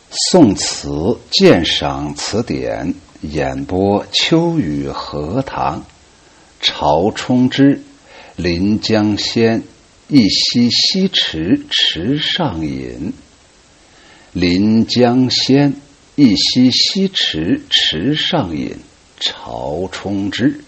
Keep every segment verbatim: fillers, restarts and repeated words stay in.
宋词鉴赏词典演播秋雨荷塘。曹冲之临江仙，一溪西池池上饮。临江仙，一溪西池池上饮。曹冲之。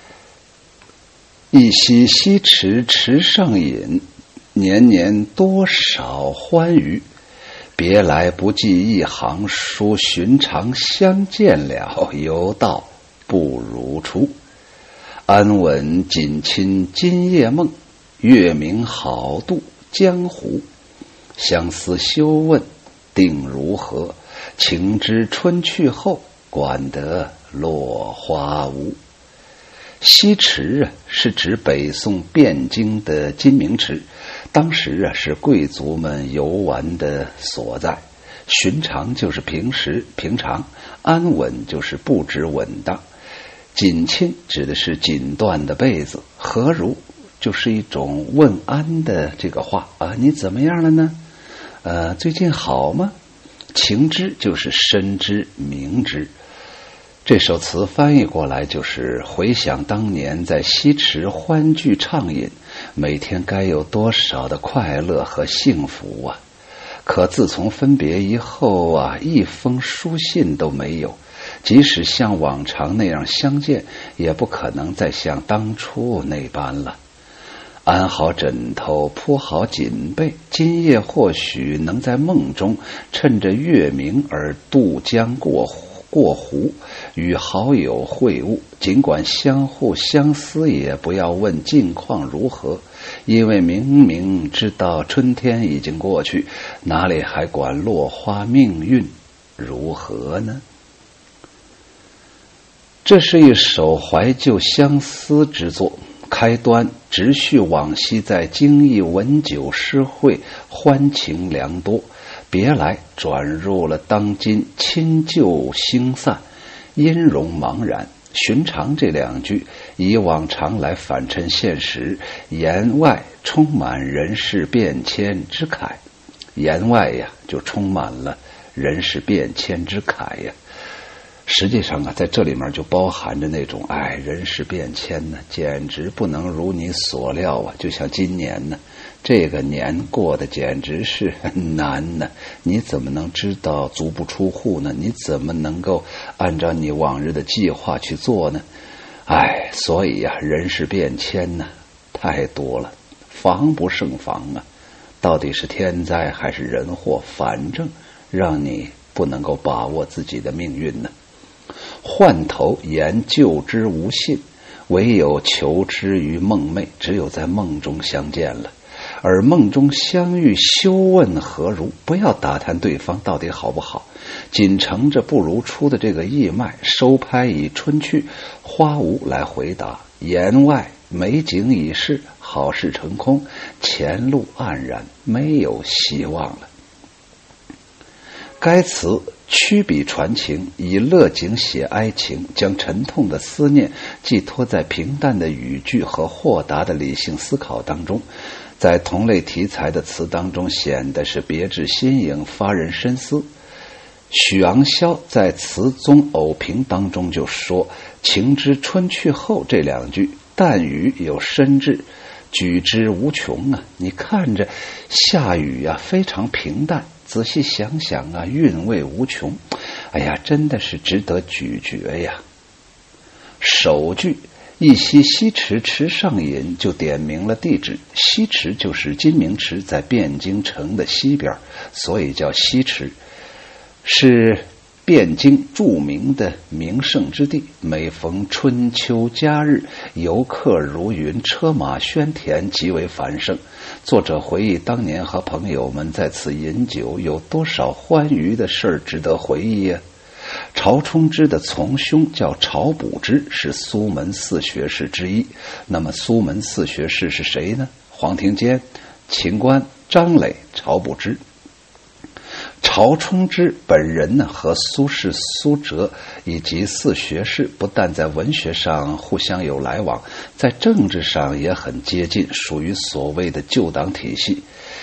一溪西池池上饮，年年多少欢愉。别来不记一行书，寻常相见了，犹道不如初。安稳锦衾今夜梦，月明好度江湖。相思休问定如何，情知春去后，管得落花无。西池啊，是指北宋汴京的金明池，当时啊是贵族们游玩的所在。寻常就是平时平常，安稳就是布置稳当。锦衾指的是锦缎的被子，何如就是一种问安的这个话啊，你怎么样了呢？呃，最近好吗？情知就是深知明知。这首词翻译过来就是回想当年在西池欢聚畅饮，每天该有多少的快乐和幸福啊！可自从分别以后啊，一封书信都没有，即使像往常那样相见，也不可能再像当初那般了。安好枕头，铺好锦被，今夜或许能在梦中趁着月明而渡江过湖过湖，与好友会晤，尽管相互相思，也不要问近况如何，因为明明知道春天已经过去，哪里还管落花命运如何呢？这是一首怀旧相思之作，开端直叙往昔在京艺文酒诗会欢情良多，别来转入了当今亲旧星散，音容茫然。寻常这两句以往常来反衬现实，言外充满人事变迁之慨，言外呀就充满了人事变迁之慨呀。实际上啊，在这里面就包含着那种哎，人事变迁呢，简直不能如你所料啊！就像今年呢，这个年过得简直是很难呢。你怎么能知道足不出户呢？你怎么能够按照你往日的计划去做呢？哎，所以呀、啊，人事变迁呢太多了，防不胜防啊！到底是天灾还是人祸？反正让你不能够把握自己的命运呢。换头言旧之无信，唯有求之于梦寐，只有在梦中相见了。而梦中相遇，休问何如，不要打探对方到底好不好，仅乘着不如初的这个意脉，收拍以春去花无来回答。言外美景已逝，好事成空，前路黯然，没有希望了。该词曲笔传情，以乐景写哀情，将沉痛的思念寄托在平淡的语句和豁达的理性思考当中，在同类题材的词当中显得是别致新颖，发人深思。许昂霄在词宗偶评当中就说，情知春去后这两句淡语有深致，举之无穷啊！你看着下雨啊，非常平淡，仔细想想啊，韵味无穷。哎呀，真的是值得咀嚼呀！首句一溪西池池上饮就点明了地址，西池就是金明池，在汴京城的西边，所以叫西池，是汴京著名的名胜之地。每逢春秋佳日，游客如云，车马喧田，极为繁盛。作者回忆当年和朋友们在此饮酒，有多少欢愉的事儿值得回忆呀、啊！曹冲之的从兄叫曹补之，是苏门四学士之一。那么苏门四学士是谁呢？黄庭坚、秦观、张磊、曹补之。曹冲之本人呢，和苏轼、苏辙以及四学士不但在文学上互相有来往，在政治上也很接近，属于所谓的旧党体系。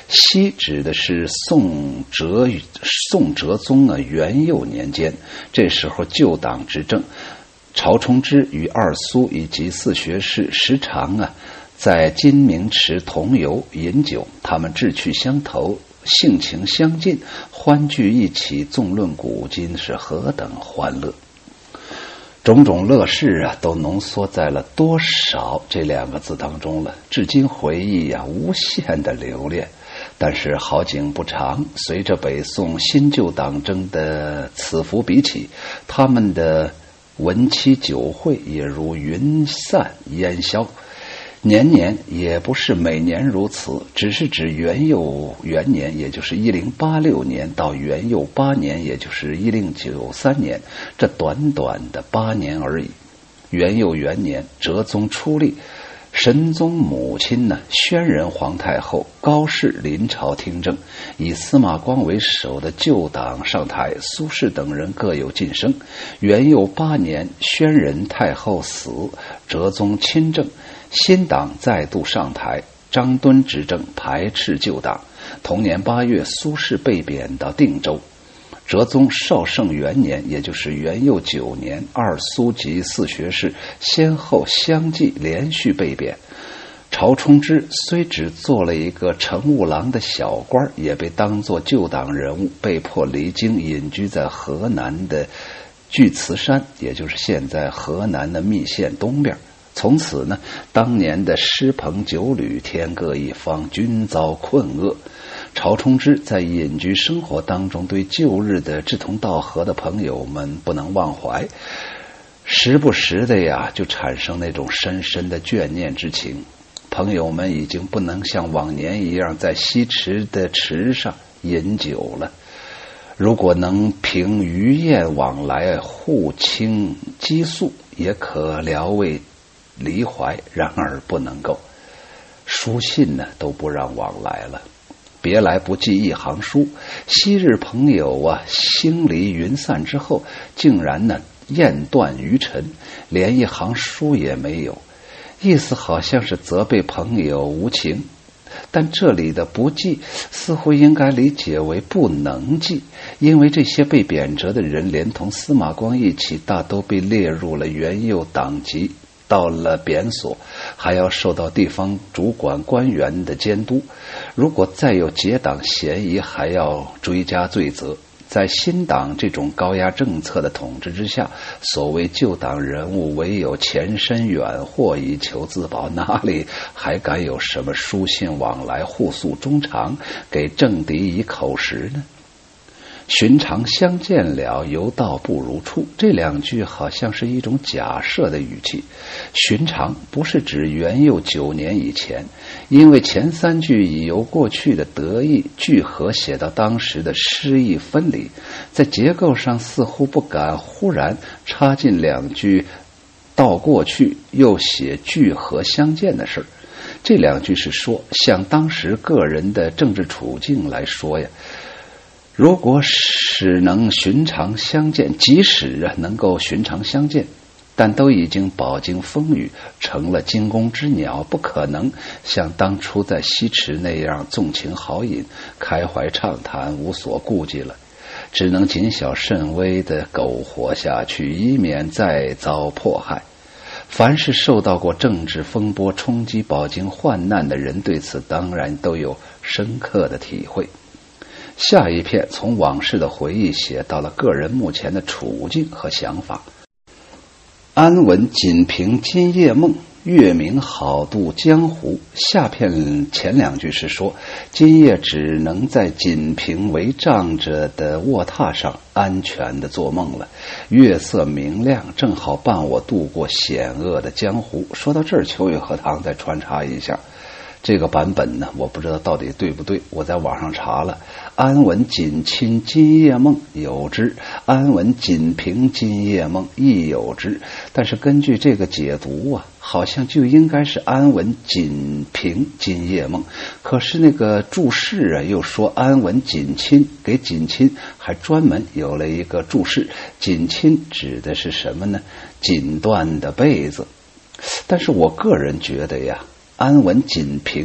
西指的是宋哲宋哲宗啊元佑年间，这时候旧党执政，曹冲之与二苏以及四学士时常啊在金明池同游饮酒，他们志趣相投，性情相近，欢聚一起，纵论古今，是何等欢乐。种种乐事啊，都浓缩在了多少这两个字当中了。至今回忆啊，无限的留恋。但是好景不长，随着北宋新旧党争的此伏彼起，他们的文期酒会也如云散烟消。年年也不是每年如此，只是指元佑元年，也就是一零八六年到元佑八年，也就是一零九三年，这短短的八年而已。元佑元年，哲宗出立，神宗母亲呢，宣仁皇太后高氏临朝听政，以司马光为首的旧党上台，苏轼等人各有晋升。元佑八年，宣仁太后死，哲宗亲政，新党再度上台，张敦执政，排斥旧党。同年八月，苏轼被贬到定州。哲宗绍圣元年，也就是元佑九年，二苏及四学士先后相继连续被贬。曹冲之虽只做了一个乘务郎的小官，也被当作旧党人物，被迫离京，隐居在河南的巨慈山，也就是现在河南的密县东边。从此呢，当年的诗朋酒旅，天各一方，均遭困厄。曹冲之在隐居生活当中，对旧日的志同道合的朋友们不能忘怀，时不时的呀，就产生那种深深的眷念之情。朋友们已经不能像往年一样在西池的池上饮酒了。如果能凭鱼雁往来，互倾激诉，也可聊慰离怀，然而不能够。书信呢，都不让往来了。别来不寄一行书，昔日朋友啊，星离云散之后，竟然呢雁断于尘，连一行书也没有。意思好像是责备朋友无情，但这里的不记似乎应该理解为不能记，因为这些被贬谪的人连同司马光一起，大都被列入了元佑党籍，到了贬所，还要受到地方主管官员的监督。如果再有结党嫌疑，还要追加罪责。在新党这种高压政策的统治之下，所谓旧党人物唯有潜身远祸以求自保，哪里还敢有什么书信往来，互诉衷肠，给政敌以口实呢？寻常相见了，犹道不如初，这两句好像是一种假设的语气。寻常不是指元佑九年以前，因为前三句已由过去的得意聚合写到当时的诗意分离，在结构上似乎不敢忽然插进两句到过去又写聚合相见的事儿。这两句是说，像当时个人的政治处境来说呀，如果使能寻常相见，即使啊能够寻常相见，但都已经饱经风雨，成了惊弓之鸟，不可能像当初在西池那样纵情豪饮，开怀畅谈，无所顾忌了，只能谨小慎微地苟活下去，以免再遭迫害。凡是受到过政治风波冲击、饱经患难的人，对此当然都有深刻的体会。下一篇从往事的回忆写到了个人目前的处境和想法。安稳仅凭今夜梦，月明好渡江湖。下片前两句是说，今夜只能在锦屏为帐着的卧榻上安全的做梦了，月色明亮，正好伴我度过险恶的江湖。说到这儿，秋雨荷塘再穿插一下，这个版本呢，我不知道到底对不对，我在网上查了，安稳锦衾今夜梦有之，安稳锦屏今夜梦亦有之。但是根据这个解读啊，好像就应该是安稳锦屏今夜梦，可是那个注释啊又说安稳锦衾，给锦衾还专门有了一个注释，锦衾指的是什么呢？锦缎的被子。但是我个人觉得呀，安稳锦屏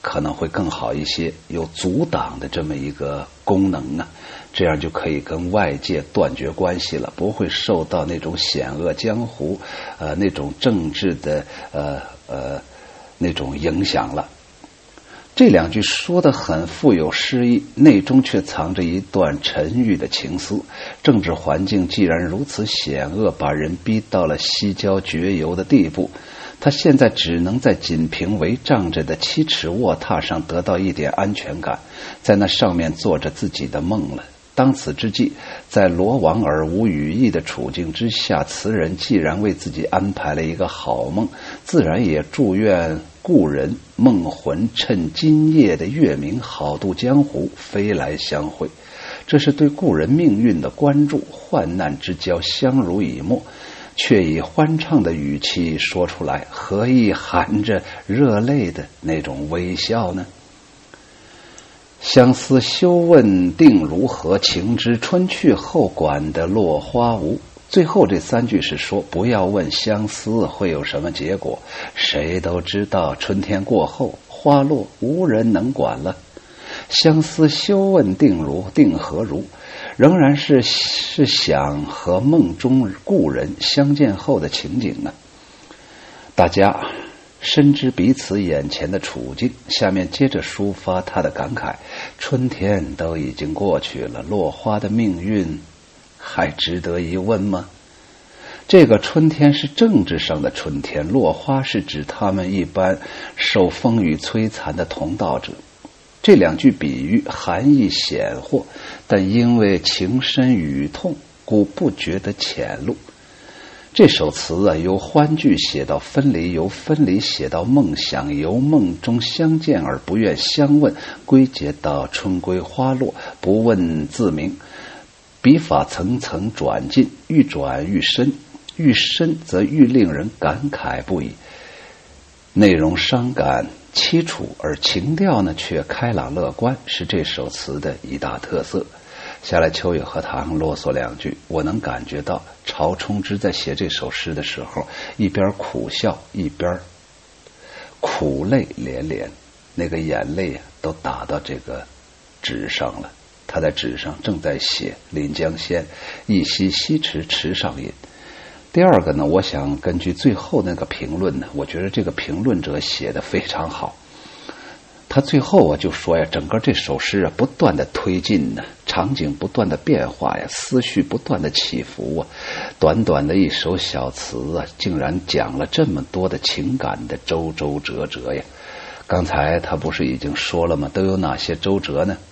可能会更好一些，有阻挡的这么一个功能啊，这样就可以跟外界断绝关系了，不会受到那种险恶江湖呃那种政治的呃呃那种影响了。这两句说得很富有诗意，内中却藏着一段沉郁的情思。政治环境既然如此险恶，把人逼到了西郊绝游的地步，他现在只能在仅凭围仗着的七尺卧榻上得到一点安全感，在那上面做着自己的梦了。当此之际，在罗网而无羽翼的处境之下，词人既然为自己安排了一个好梦，自然也祝愿故人梦魂趁今夜的月明好渡江湖，飞来相会。这是对故人命运的关注，患难之交相濡以沫，却以欢畅的语气说出来，何以含着热泪的那种微笑呢？相思休问定如何，情知春去后管得落花无。最后这三句是说，不要问相思会有什么结果，谁都知道春天过后花落无人能管了。相思休问定如定何如，仍然是是想和梦中故人相见后的情景呢。大家深知彼此眼前的处境，下面接着抒发他的感慨，春天都已经过去了，落花的命运还值得一问吗？这个春天是政治上的春天，落花是指他们一般受风雨摧残的同道者。这两句比喻含义显豁，但因为情深语痛，故不觉得浅露。这首词啊，由欢聚写到分离，由分离写到梦想，由梦中相见而不愿相问，归结到春归花落，不问自明。笔法层层转进，愈转愈深，愈深则愈令人感慨不已。内容伤感凄楚，而情调呢却开朗乐观，是这首词的一大特色。下来秋雨荷塘啰嗦两句，我能感觉到曹冲之在写这首诗的时候，一边苦笑一边苦泪连连，那个眼泪啊都打到这个纸上了。他在纸上正在写临江仙，一夕西池池上饮。第二个呢，我想根据最后那个评论呢，我觉得这个评论者写得非常好。他最后啊就说呀，整个这首诗啊不断的推进呢，场景不断的变化呀，思绪不断的起伏啊，短短的一首小词啊，竟然讲了这么多的情感的周周折折呀。刚才他不是已经说了吗？都有哪些周折呢？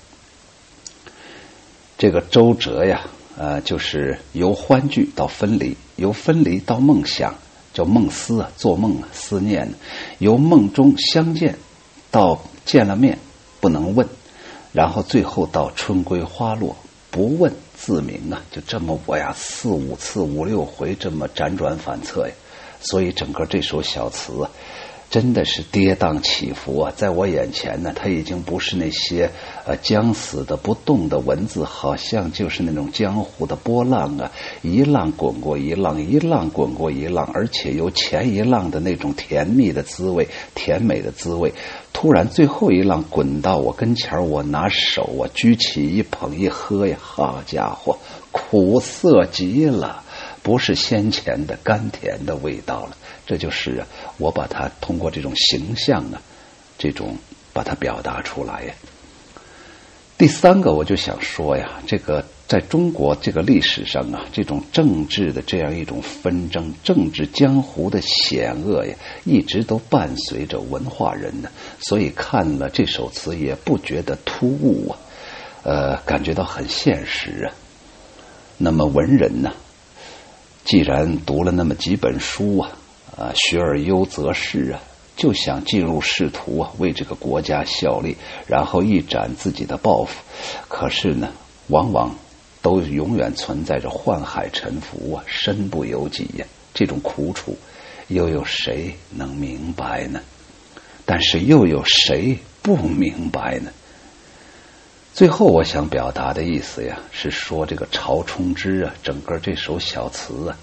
这个周折呀，呃，就是由欢聚到分离，由分离到梦想，叫梦思啊，做梦啊，思念；由梦中相见到见了面不能问，然后最后到春归花落，不问自明啊，就这么我呀四五次五六回这么辗转反侧呀。所以整个这首小词啊，真的是跌宕起伏啊！在我眼前呢，它已经不是那些呃僵死的不动的文字，好像就是那种江湖的波浪啊，一浪滚过一浪，一浪滚过一浪，而且有前一浪的那种甜蜜的滋味，甜美的滋味，突然最后一浪滚到我跟前，我拿手啊举起一捧一喝呀，好家伙，苦涩极了，不是先前的甘甜的味道了。这就是啊，我把它通过这种形象啊，这种把它表达出来呀。第三个，我就想说呀，这个在中国这个历史上啊，这种政治的这样一种纷争，政治江湖的险恶呀，一直都伴随着文化人呢。所以看了这首词也不觉得突兀啊，呃，感觉到很现实啊。那么文人呢，既然读了那么几本书啊，啊，学而优则仕啊，就想进入仕途啊，为这个国家效力，然后一展自己的抱负。可是呢，往往都永远存在着宦海沉浮啊，身不由己呀、啊，这种苦楚，又有谁能明白呢？但是又有谁不明白呢？最后我想表达的意思呀，是说这个曹冲之啊，整个这首小词啊，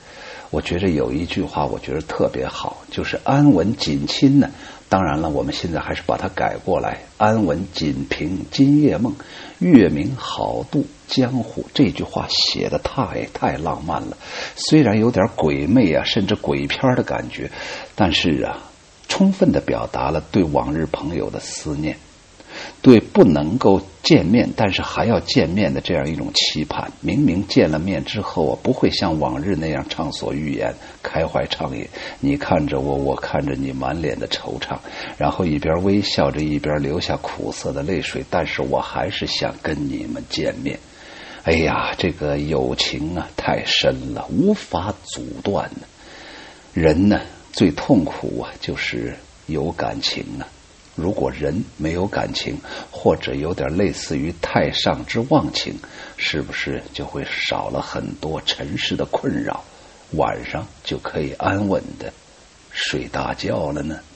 我觉着有一句话我觉得特别好，就是安稳锦衾呢，当然了，我们现在还是把它改过来，安稳锦屏今夜梦，月明好渡江湖。这句话写得太太浪漫了，虽然有点鬼魅啊，甚至鬼片的感觉，但是啊，充分地表达了对往日朋友的思念，对不能够见面但是还要见面的这样一种期盼。明明见了面之后啊，不会像往日那样畅所欲言，开怀畅饮，你看着我，我看着你，满脸的惆怅，然后一边微笑着一边流下苦涩的泪水，但是我还是想跟你们见面。哎呀，这个友情啊太深了，无法阻断呢。人呢最痛苦啊就是有感情啊，如果人没有感情，或者有点类似于太上之忘情，是不是就会少了很多尘世的困扰，晚上就可以安稳的睡大觉了呢？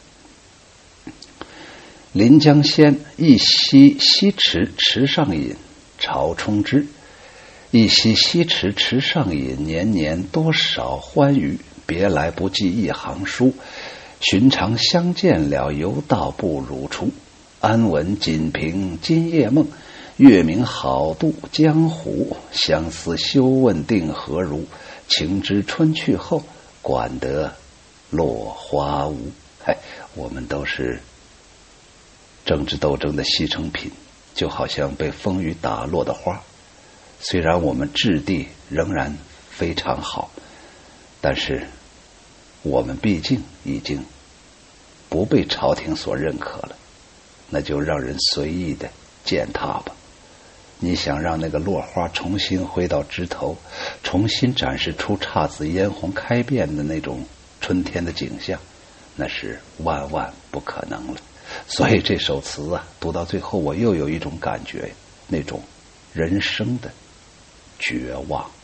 临江仙，一溪溪池池上饮，潮冲之。一溪溪池池上饮，年年多少欢愉。别来不记一行书，寻常相见了，犹道不如初。安稳锦屏今夜梦，月明好渡江湖。相思休问定何如，情知春去后，管得落花无。嗨，我们都是政治斗争的牺牲品，就好像被风雨打落的花。虽然我们质地仍然非常好，但是我们毕竟已经不被朝廷所认可了，那就让人随意的践踏吧。你想让那个落花重新回到枝头，重新展示出姹紫嫣红开遍的那种春天的景象，那是万万不可能了。所以这首词啊，读到最后我又有一种感觉，那种人生的绝望。